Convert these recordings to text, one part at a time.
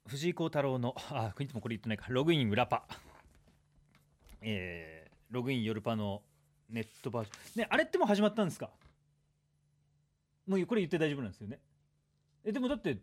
藤井幸太郎のいつもこれ言ってないか、ログイン裏パ、ログイン夜パのネットバージョンね。あれってもう始まったんですか？もうこれ言って大丈夫なんですよね？でもだって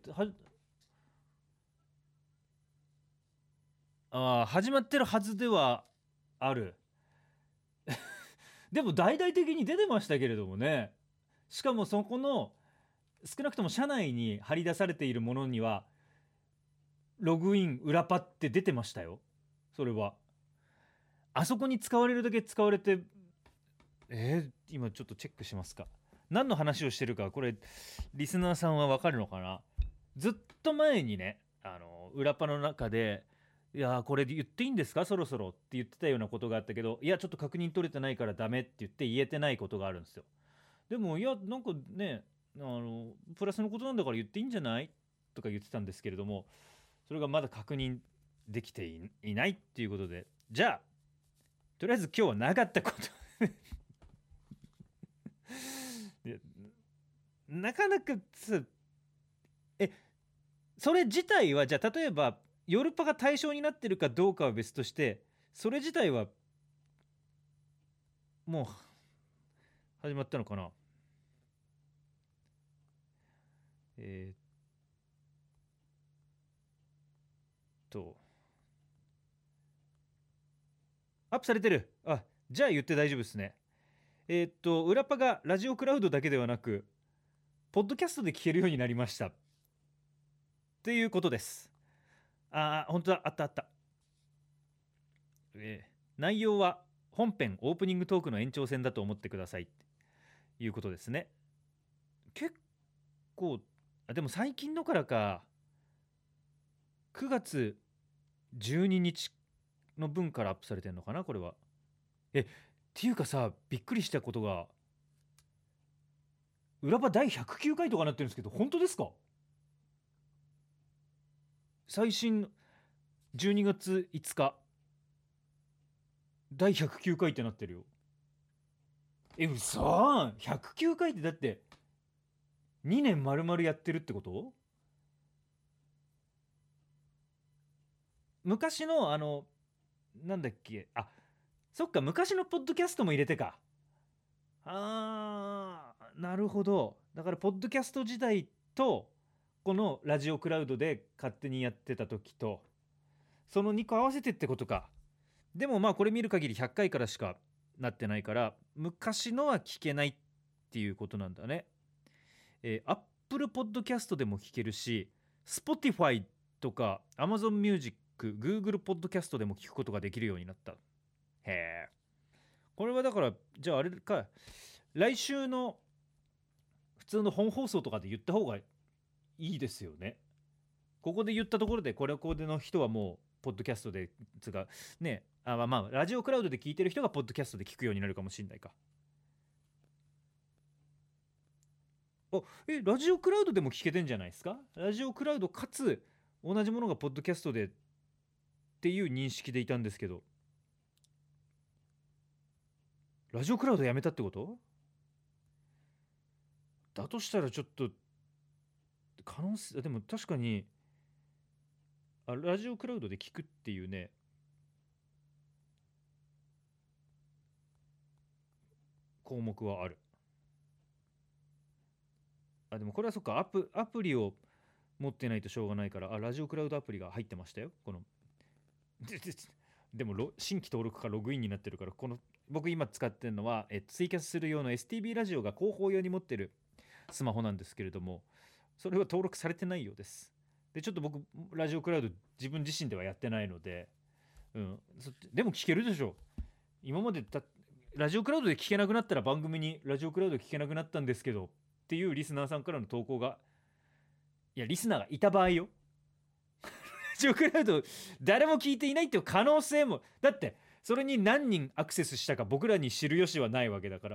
始まってるはずではある。でも大々的に出てましたけれどもね。しかもそこの少なくとも社内に貼り出されているものにはログイン裏パって出てましたよ。それはあそこに使われるだけ使われて、今ちょっとチェックしますか。何の話をしてるかこれリスナーさんは分かるのかな。ずっと前にね、裏パの中でいやこれで言っていいんですかそろそろって言ってたようなことがあったけど、いやちょっと確認取れてないからダメって言って言えてないことがあるんですよ。でもいやなんかね、プラスのことなんだから言っていいんじゃないとか言ってたんですけれども、それがまだ確認できていないっていうことで、じゃあとりあえず今日はなかったことでなかなかえそれ自体はじゃあ例えばヨルパが対象になってるかどうかは別として、それ自体はもう始まったのかな。えーっとアップされてる。じゃあ言って大丈夫ですね。裏パがラジオクラウドだけではなくポッドキャストで聞けるようになりましたっていうことです。本当だ、あったあった。内容は本編オープニングトークの延長線だと思ってくださいっていうことですね。結構でも最近のからか。9月12日の分からアップされてんのかなこれは。っていうかさ、びっくりしたことが、裏場第109回とかなってるんですけど、本当ですか？最新12月5日第109回ってなってるよ。うそーん、109回ってだって2年丸々やってるってこと？昔のなんだっけ、そっか、昔のポッドキャストも入れてか。なるほど。だからポッドキャスト時代とこのラジオクラウドで勝手にやってた時と、その2個合わせてってことか。でもまあこれ見る限り100回からしかなってないから昔のは聞けないっていうことなんだね。Apple Podcast でも聞けるし、 Spotify とか Amazon Music、Google Podcast でも聞くことができるようになった。へえ。これはだからじゃああれか、来週の普通の本放送とかで言った方がいいですよね。ここで言ったところでこでの人はもうポッドキャストでつがね、ラジオクラウドで聞いてる人がポッドキャストで聞くようになるかもしれないか。ラジオクラウドでも聞けてんじゃないですか。ラジオクラウドかつ同じものがポッドキャストでっていう認識でいたんですけど、ラジオクラウドやめたってこと？だとしたらちょっと可能性、でも確かにラジオクラウドで聞くっていうね項目はある。でもこれはそっか、アプリを持ってないとしょうがないから、ラジオクラウドアプリが入ってましたよ。このでも新規登録かログインになってるから、この僕今使ってるのはツイキャスする用の STB ラジオが広報用に持ってるスマホなんですけれども、それは登録されてないようです。でちょっと僕ラジオクラウド自分自身ではやってないので、でも聞けるでしょ。今までラジオクラウドで聞けなくなったら番組にラジオクラウドで聞けなくなったんですけどっていうリスナーさんからの投稿が、いやリスナーがいた場合よ。ラジオクラウド誰も聞いていないっていう可能性も、だってそれに何人アクセスしたか僕らに知る由はないわけだから。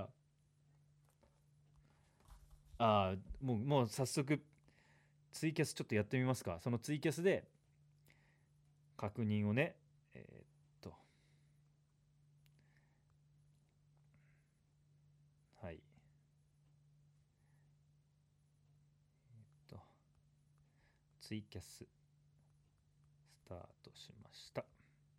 もう早速ツイキャスちょっとやってみますか。そのツイキャスで確認をね。えーっとはいとツイキャスタートしました。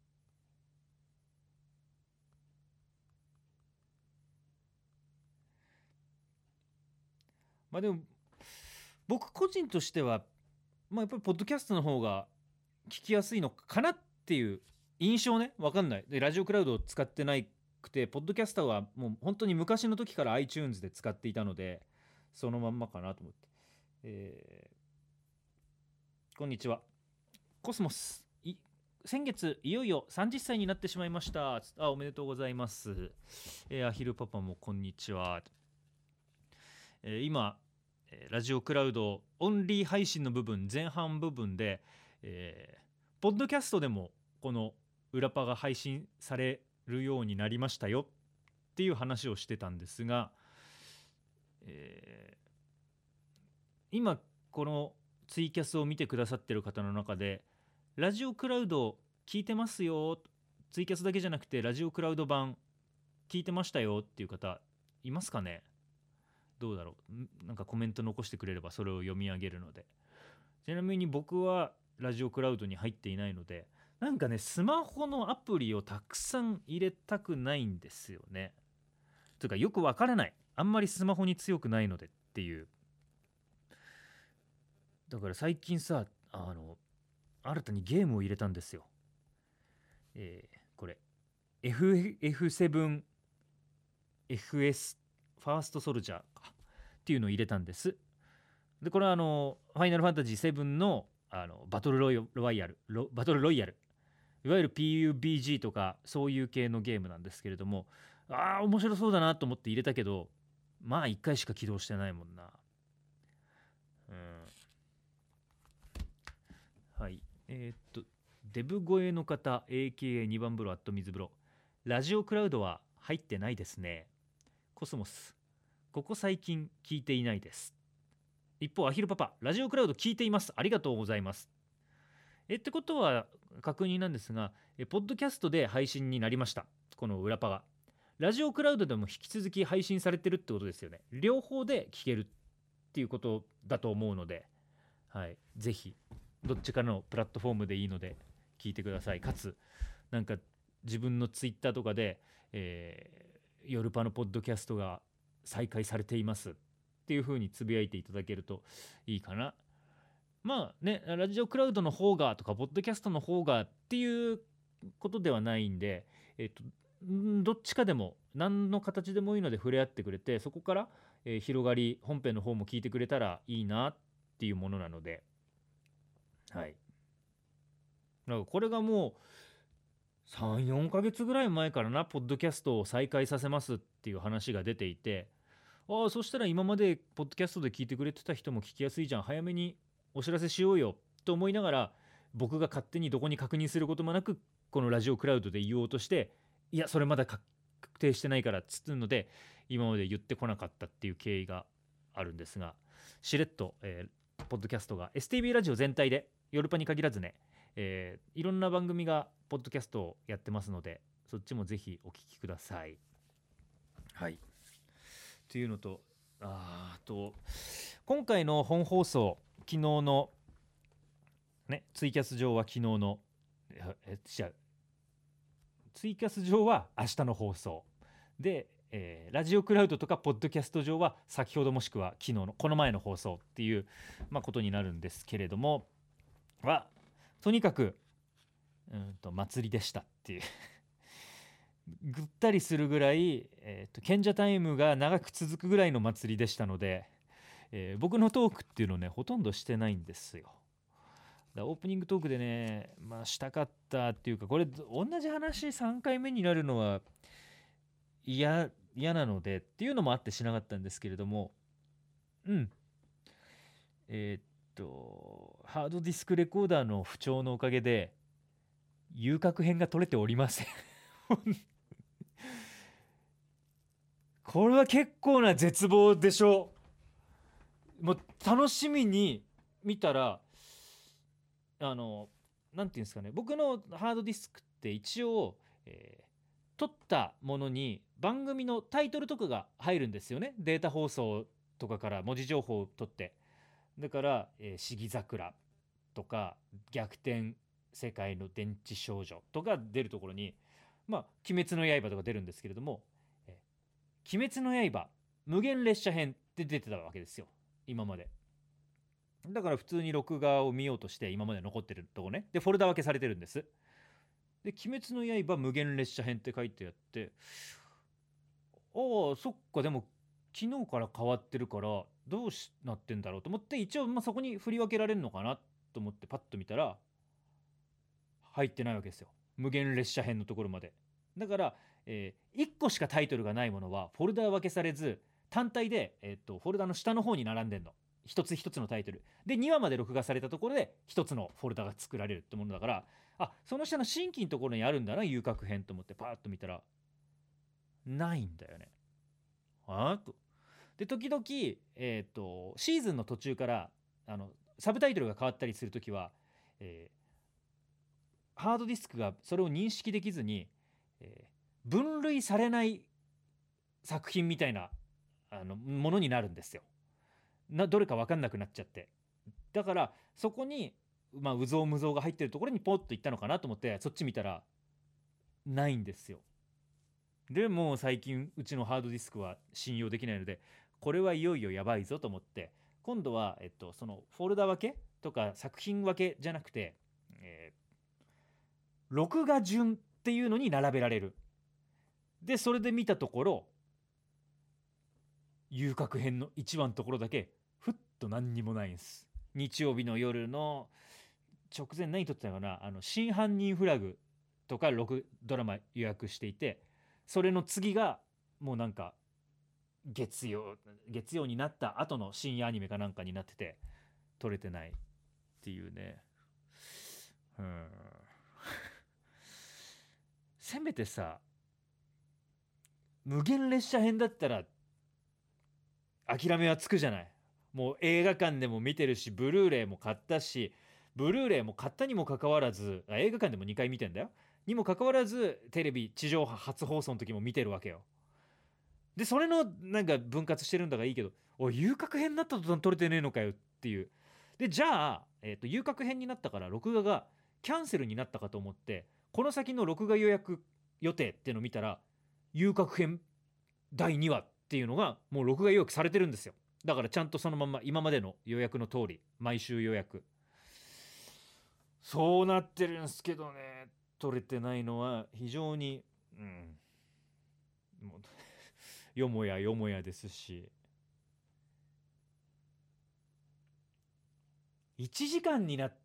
まあでも僕個人としては、やっぱりポッドキャストの方が聞きやすいのかなっていう印象ね。分かんない。でラジオクラウドを使ってなくて、ポッドキャスターはもう本当に昔の時から iTunes で使っていたので、そのまんまかなと思って。こんにちは。コスモス。先月いよいよ30歳になってしまいました。おめでとうございます。アヒルパパもこんにちは。今ラジオクラウドオンリー配信の部分、前半部分で、ポッドキャストでもこの裏パが配信されるようになりましたよっていう話をしてたんですが、今このツイキャスを見てくださってる方の中でラジオクラウド聞いてますよ、ツイキャスだけじゃなくてラジオクラウド版聞いてましたよっていう方いますかね。どうだろう。なんかコメント残してくれればそれを読み上げるので。ちなみに僕はラジオクラウドに入っていないので、なんかねスマホのアプリをたくさん入れたくないんですよね。というかよくわからない、あんまりスマホに強くないのでっていう。だから最近さ、新たにゲームを入れたんですよ。これ FF7FS ファーストソルジャーかっていうのを入れたんです。でこれはファイナルファンタジー7のバトルロイヤル、いわゆる PUBG とかそういう系のゲームなんですけれども、面白そうだなと思って入れたけど、まあ1回しか起動してないもんな。はい。デブ声の方 AKA2 番風呂アット水風呂、ラジオクラウドは入ってないですね。コスモス、ここ最近聞いていないです。一方アヒルパパ、ラジオクラウド聞いています、ありがとうございます。ってことは確認なんですが、ポッドキャストで配信になりました。この裏パがラジオクラウドでも引き続き配信されてるってことですよね。両方で聞けるっていうことだと思うので、はい、ぜひどっちかのプラットフォームでいいので聞いてください。かつなんか自分のツイッターとかで、ヨルパのポッドキャストが再開されていますっていう風につぶやいていただけるといいかな。まあね、ラジオクラウドの方がとかポッドキャストの方がっていうことではないんで、どっちかでも何の形でもいいので触れ合ってくれて、そこから、広がり本編の方も聞いてくれたらいいなっていうものなので、はい。だからこれがもう3、4ヶ月ぐらい前からな、ポッドキャストを再開させますっていう話が出ていて、そしたら今までポッドキャストで聞いてくれてた人も聞きやすいじゃん、早めにお知らせしようよと思いながら、僕が勝手にどこに確認することもなくこのラジオクラウドで言おうとして、いやそれまだ確定してないからっつうので今まで言ってこなかったっていう経緯があるんですが、しれっと、ポッドキャストが STB ラジオ全体で、ヨルパに限らずね、いろんな番組がポッドキャストをやってますので、そっちもぜひお聞きください。はい。というのと、あと今回の本放送、昨日のね、ツイキャス上は昨日のツイキャス上は明日の放送で、ラジオクラウドとかポッドキャスト上は先ほどもしくは昨日のこの前の放送っていう、ことになるんですけれども、とにかく祭りでしたっていうぐったりするぐらい、賢者タイムが長く続くぐらいの祭りでしたので、僕のトークっていうのをねほとんどしてないんですよ。だオープニングトークでね、したかったっていうか、これ同じ話3回目になるのは嫌なのでっていうのもあってしなかったんですけれども、ハードディスクレコーダーの不調のおかげで遊郭編が取れておりませんこれは結構な絶望でしょう。もう楽しみに見たら、なんていうんですかね、僕のハードディスクって一応、撮ったものに番組のタイトルとかが入るんですよね。データ放送とかから文字情報を取って、だから「四季桜」とか「逆転世界の電池少女とか出るところに、まあ鬼滅の刃とか出るんですけれども、鬼滅の刃無限列車編って出てたわけですよ今まで。だから普通に録画を見ようとして今まで残ってるとこね、でフォルダ分けされてるんです。で鬼滅の刃無限列車編って書いてあって、ああそっか、でも昨日から変わってるからどうなってんだろうと思って、一応まあそこに振り分けられるのかなと思ってパッと見たら入ってないわけですよ、無限列車編のところまで。だから、1個しかタイトルがないものはフォルダ分けされず単体で、フォルダの下の方に並んでんの、一つ一つのタイトルで2話まで録画されたところで一つのフォルダが作られるってものだから、あ、その下の新規のところにあるんだな遊郭編と思ってパーッと見たらないんだよね。あーと。で時々、シーズンの途中からサブタイトルが変わったりするときは、ハードディスクがそれを認識できずに、分類されない作品みたいなものになるんですよ。どれか分かんなくなっちゃって。だからそこにまあうぞうむぞうが入ってるところにポッといったのかなと思ってそっち見たらないんですよ。でもう最近うちのハードディスクは信用できないので、これはいよいよやばいぞと思って、今度は、そのフォルダ分けとか作品分けじゃなくて、録画順っていうのに並べられる。でそれで見たところ遊郭編の1話のところだけふっと何にもないんです。日曜日の夜の直前何撮ってたのかな、真犯人フラグとかドラマ予約していて、それの次がもうなんか月曜になった後の深夜アニメかなんかになってて撮れてないっていうね。せめてさ無限列車編だったら諦めはつくじゃない。もう映画館でも見てるしブルーレイも買ったし、ブルーレイも買ったにもかかわらず映画館でも2回見てんだよにもかかわらずテレビ地上波初放送の時も見てるわけよ。でそれのなんか分割してるんだがいいけど、おい遊郭編になった途端撮れてねえのかよっていう。でじゃあ、遊郭編になったから録画がキャンセルになったかと思ってこの先の録画予約予定っていうのを見たら遊郭編第2話っていうのがもう録画予約されてるんですよ。だからちゃんとそのまま今までの予約の通り毎週予約そうなってるんすけどね、取れてないのは非常にもうよもやよもやですし、1時間になっ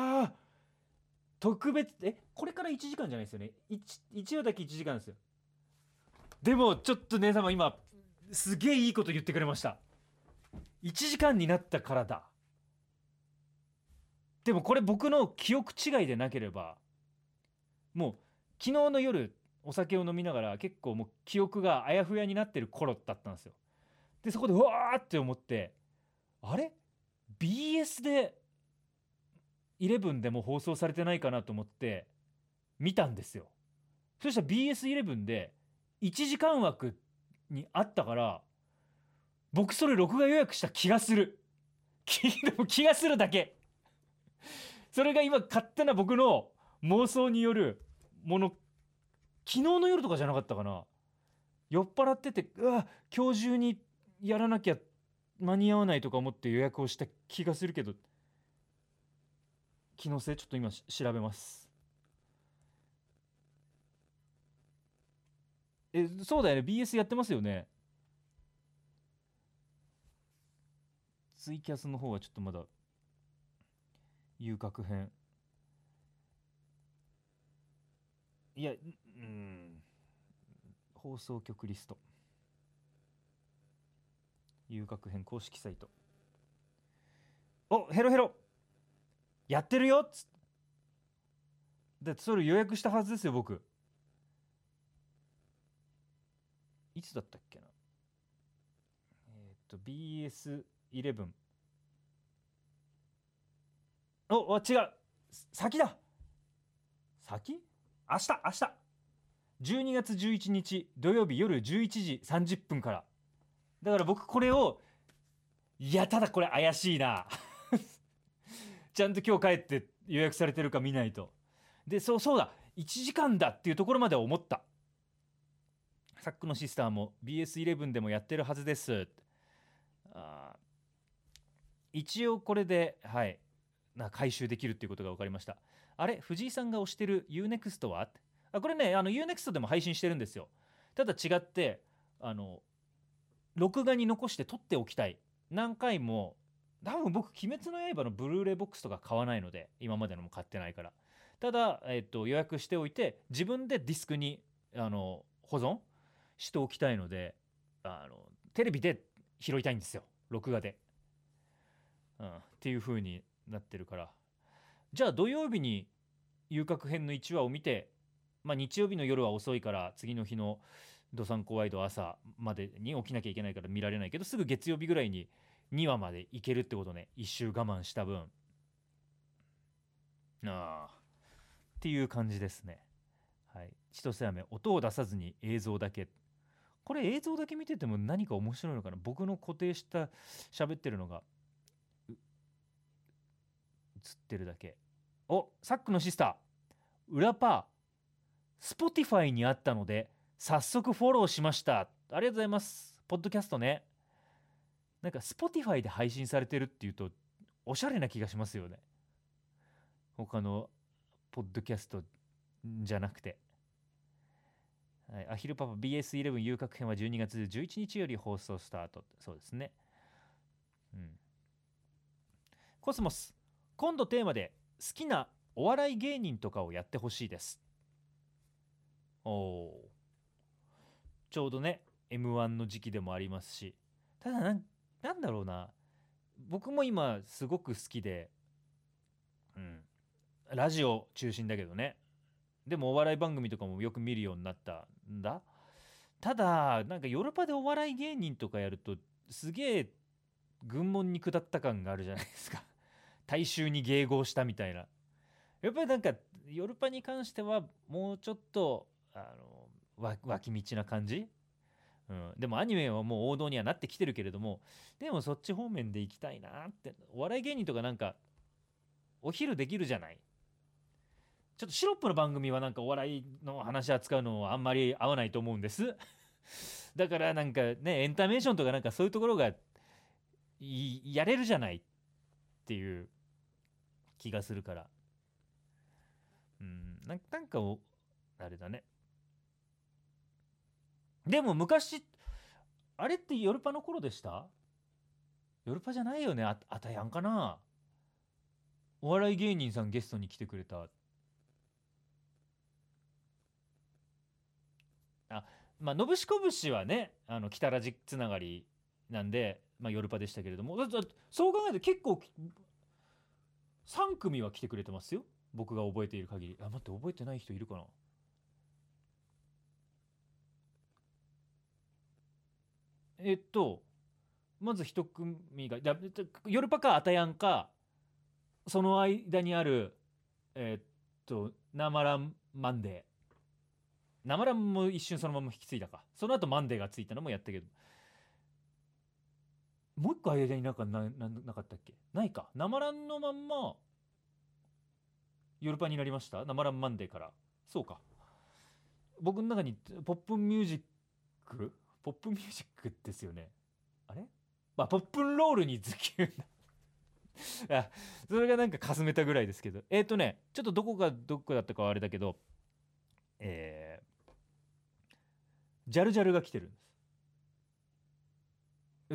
特別これから1時間じゃないですよね。1話だけ1時間ですよ。でもちょっと姉様今すげえいいこと言ってくれました。1時間になったからだ。でもこれ僕の記憶違いでなければもう昨日の夜お酒を飲みながら結構もう記憶があやふやになってる頃だったんですよ。でそこでうわーって思って、あれ BS で11でも放送されてないかなと思って見たんですよ。そしたら BS11 で1時間枠にあったから、僕それ録画予約した気がするでも気がするだけ。それが今勝手な僕の妄想によるもの。昨日の夜とかじゃなかったかな、酔っ払ってて今日中にやらなきゃ間に合わないとか思って予約をした気がするけど、気のせいちょっと今調べます。そうだよね BS やってますよね。ツイキャスの方はちょっとまだ遊郭編いや放送局リスト遊郭編公式サイト、ヘロヘロやってるよっつってだってそれ予約したはずですよ僕。いつだったっけな、BS11 違う、先だ、先明日12月11日土曜日夜11時30分から。だから僕これをただこれ怪しいなちゃんと今日帰って予約されてるか見ないと。でそうだ1時間だっていうところまでは思った。サックのシスターも BS11 でもやってるはずです。一応これではい回収できるっていうことが分かりました。あれ藤井さんが推してる UNEXT はこれねUNEXT でも配信してるんですよ。ただ違って録画に残して撮っておきたい。何回も多分僕鬼滅の刃のブルーレイボックスとか買わないので今までのも買ってないから。ただ、予約しておいて自分でディスクに保存しておきたいのでテレビで拾いたいんですよ録画で、っていう風になってるから。じゃあ土曜日に遊郭編の1話を見て、日曜日の夜は遅いから次の日のどさんこワイド朝までに起きなきゃいけないから見られないけど、すぐ月曜日ぐらいに2話までいけるってことね。1週我慢した分っていう感じですね。はい、千歳飴音を出さずに映像だけ。これ映像だけ見てても何か面白いのかな。僕の固定した喋ってるのが映ってるだけ。サックのシスター裏パー Spotify にあったので早速フォローしました。ありがとうございます。ポッドキャストね、なんか Spotify で配信されてるっていうとおしゃれな気がしますよね。他のポッドキャストじゃなくて。はい、アヒルパパ BS11 遊郭編は12月11日より放送スタート。そうですね。コスモス今度テーマで好きなお笑い芸人とかをやってほしいです。ちょうどね M1 の時期でもありますし。ただなんだろうな、僕も今すごく好きで、ラジオ中心だけどね。でもお笑い番組とかもよく見るようになったんだ。ただなんかヨルパでお笑い芸人とかやるとすげえ軍門に下った感があるじゃないですか。大衆に迎合したみたいな。やっぱりなんかヨルパに関してはもうちょっと脇道な感じ、でもアニメはもう王道にはなってきてるけれども、でもそっち方面で行きたいなって。お笑い芸人とかなんかお昼できるじゃない。ちょっとシロップの番組はなんかお笑いの話扱うのはあんまり合わないと思うんですだからなんかねエンタメーションとかなんかそういうところがやれるじゃないっていう気がするから、なんかあれだね。でも昔あれってヨルパの頃でした？ヨルパじゃないよね。あたやんかな。お笑い芸人さんゲストに来てくれた。ノブシコブシはね北ラジつながりなんで、ヨルパでしたけれども、そう考えると結構3組は来てくれてますよ、僕が覚えている限り。待って、覚えてない人いるかな。まず1組がヨルパかアタヤンか、その間にあるナマランマンデー。ナマランも一瞬そのまま引き継いだか。その後マンデーがついたのもやったけど、もう一個間になかったっけ。ないか。ナマランのまんまヨルパになりました。ナマランマンデーから。そうか。僕の中にポップミュージックですよね。あれポップンロールにズキュンだそれがなんかかすめたぐらいですけど。ちょっとどこだったかはあれだけど、ジャルジャルが来てるんです。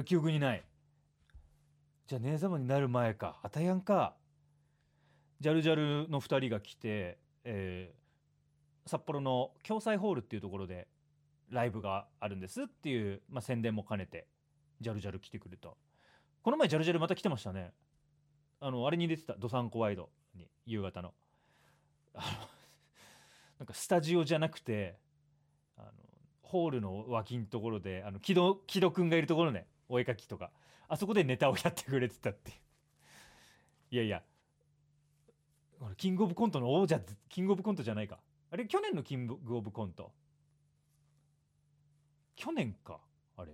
記憶にない。じゃあ姉様になる前か。あたやんか。ジャルジャルの2人が来て、札幌の共済ホールっていうところでライブがあるんですっていう、宣伝も兼ねてジャルジャル来てくれた。この前ジャルジャルまた来てましたね。あれに出てたどさんこワイドに夕方のなんかスタジオじゃなくてホールの脇のところで木戸くんがいるところね、お絵かきとかあそこでネタをやってくれてたっていう。いやいや、キングオブコントの王者、キングオブコントじゃないか。あれ去年のキングオブコント、去年かあ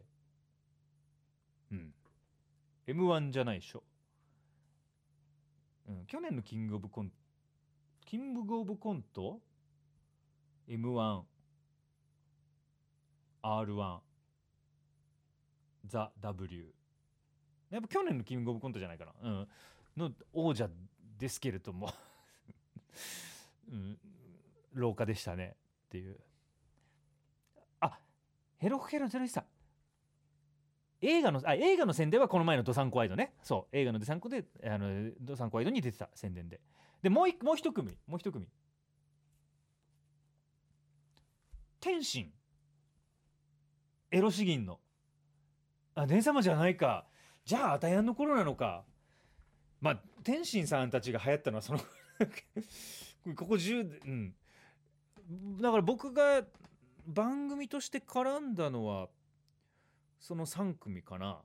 れ。M1 じゃないでしょ。去年のキングオブコンキングオブコント M1 R1 ザ・ W やっぱ去年のキングオブコントじゃないかな、の王者ですけれども廊下でしたねっていう。あ、ヘロヘロゼロさん、映画の宣伝はこの前のドサンコワイドね。そう、映画のドサンコでドサンコワイドに出てた宣伝で。でもう一組天心エロ詩吟の姉様じゃないか。じゃあアタヤンの頃なのか。まあ天心さんたちが流行ったのはそのここ10だから僕が番組として絡んだのはその3組かな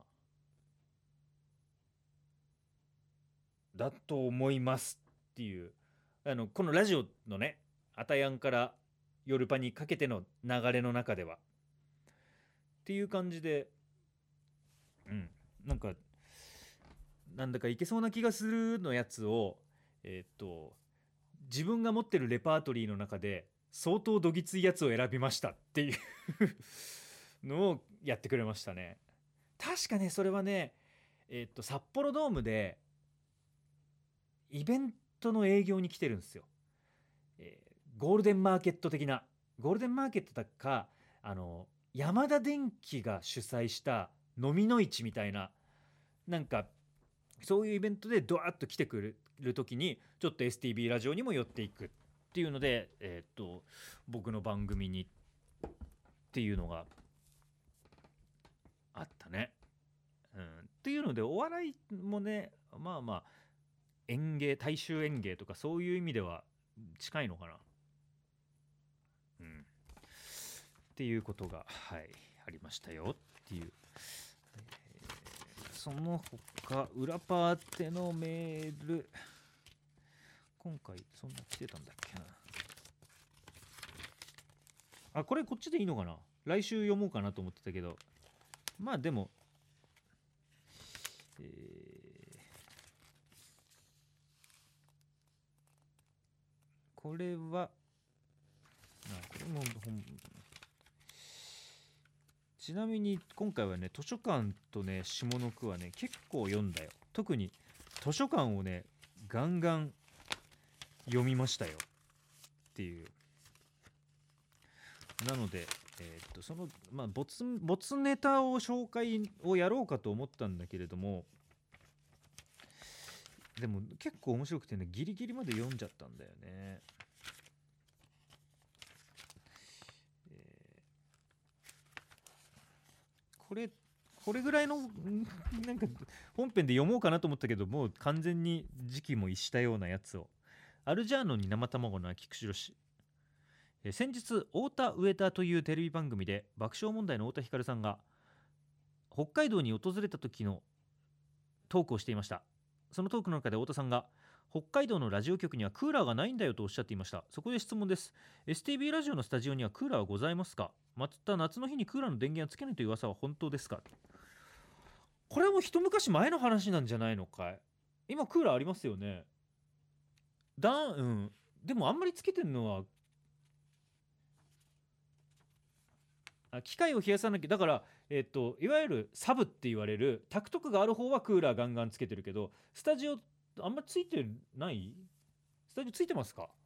だと思いますっていう、このラジオのねアタヤンから夜パにかけての流れの中ではっていう感じで、なんかなんだかいけそうな気がするのやつを自分が持ってるレパートリーの中で相当どぎついやつを選びましたっていうのをやってくれましたね。確かねそれはね札幌ドームでイベントの営業に来てるんですよ。ゴールデンマーケット的なゴールデンマーケットだかヤマダ電機が主催した飲みの市みたいななんかそういうイベントでドワーッと来てくる時にちょっと STB ラジオにも寄っていくっていうので、僕の番組にっていうのがあったね。っていうのでお笑いもねまあ演芸大衆演芸とかそういう意味では近いのかな。っていうことがありましたよっていう。その他裏パーテのメール今回そんな来てたんだっけな。これこっちでいいのかな。来週読もうかなと思ってたけどまあでもこれはこれもちなみに今回はね図書館とね下の句はね結構読んだよ。特に図書館をねガンガン読みましたよっていう。なのでその没ネタを紹介をやろうかと思ったんだけれどもでも結構面白くてねギリギリまで読んじゃったんだよね。これぐらいのなんか本編で読もうかなと思ったけどもう完全に時期も逸したようなやつを。アルジャーノに生卵の秋釧路市。先日太田上田というテレビ番組で爆笑問題の太田光さんが北海道に訪れた時のトークをしていました。そのトークの中で太田さんが北海道のラジオ局にはクーラーがないんだよとおっしゃっていました。そこで質問です。 STB ラジオのスタジオにはクーラーはございますか。また夏の日にクーラーの電源をつけないという噂は本当ですか。これも一昔前の話なんじゃないのかい。今クーラーありますよね。でもあんまりつけてるのは機械を冷やさなきゃだから、いわゆるサブって言われるタクトクがある方はクーラーガンガンつけてるけどスタジオあんまりついてない。スタジオついてますか。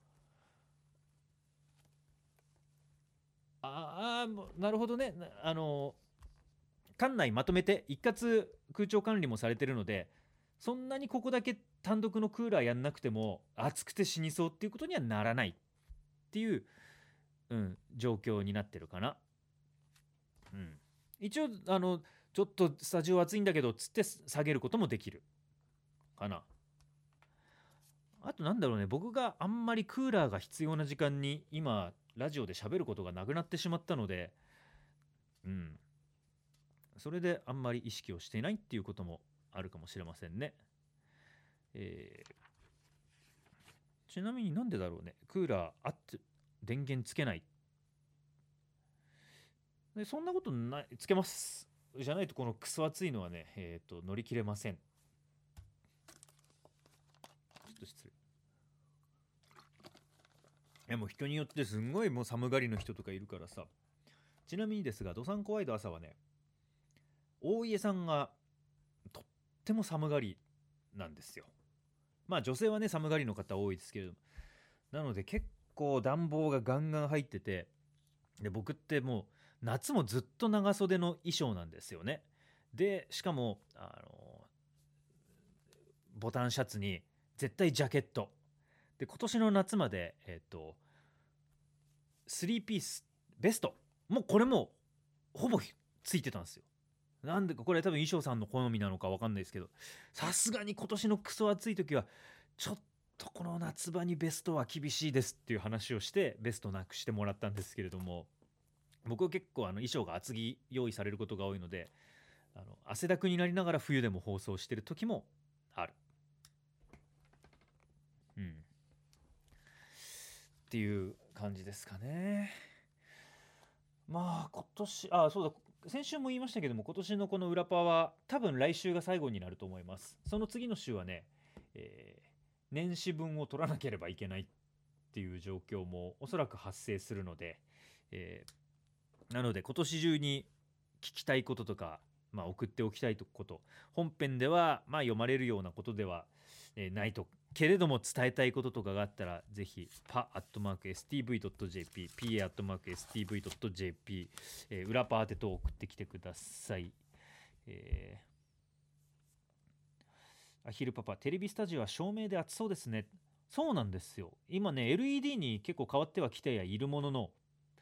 なるほどね。館内まとめて一括空調管理もされてるのでそんなにここだけ単独のクーラーやんなくても暑くて死にそうっていうことにはならないっていう、状況になってるかな。一応ちょっとスタジオ暑いんだけどつって下げることもできるかな。あとなんだろうね僕があんまりクーラーが必要な時間に今ラジオで喋ることがなくなってしまったのでそれであんまり意識をしていないっていうこともあるかもしれませんね。ちなみになんでだろうねクーラーあって電源つけないでそんなことないつけますじゃないとこのクソ暑いのはね乗り切れません。ちょっと失礼。 もう人によってすんごいもう寒がりの人とかいるからさ。ちなみにですが、どさんこワイド朝はね、大家さんがとっても寒がりなんですよ。まあ女性はね寒がりの方多いですけれども、なので結構暖房がガンガン入ってて、で僕ってもう夏もずっと長袖の衣装なんですよね。でしかもボタンシャツに絶対ジャケットで、今年の夏まで3ピースベスト、もうこれもほぼついてたんですよ。なんでかこれ多分衣装さんの好みなのか分かんないですけど、さすがに今年のクソ暑い時はちょっとこの夏場にベストは厳しいですっていう話をしてベストなくしてもらったんですけれども、僕は結構衣装が厚着用意されることが多いので、汗だくになりながら冬でも放送してる時もある。っていう感じですかね。まあ今年そうだ、先週も言いましたけども、今年のこの裏パは多分来週が最後になると思います。その次の週はね、年始分を取らなければいけないっていう状況もおそらく発生するので、なので今年中に聞きたいこととか、送っておきたいこと、本編では読まれるようなことではないとけれども伝えたいこととかがあったら、ぜひ pa@stv.jp pa@stv.jp 裏パーテと送ってきてください。アヒルパパ、テレビスタジオは照明で暑そうですね。そうなんですよ。今ね LED に結構変わってはきてはいるものの、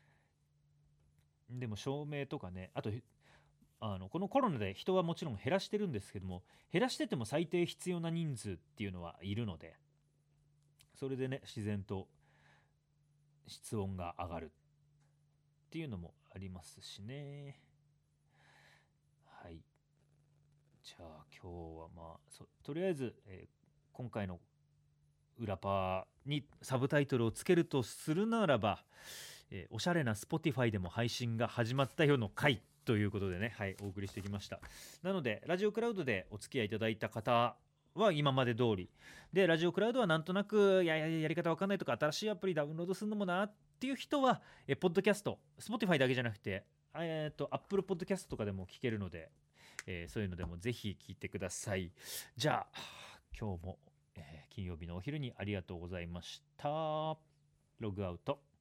でも照明とかね、あとこのコロナで人はもちろん減らしてるんですけども、減らしてても最低必要な人数っていうのはいるので、それでね自然と室温が上がるっていうのもありますしね。はい、じゃあ今日はとりあえず、今回の裏パーにサブタイトルをつけるとするならば、おしゃれな Spotify でも配信が始まったよの回ということでね、はい、お送りしてきました。なのでラジオクラウドでお付き合いいただいた方は今まで通りで、ラジオクラウドはなんとなくやり方わかんないとか、新しいアプリダウンロードするのもなっていう人はポッドキャスト Spotify だけじゃなくてApple Podcast とかでも聞けるので、そういうのでもぜひ聞いてください。じゃあ今日も、金曜日のお昼にありがとうございました。ログアウト。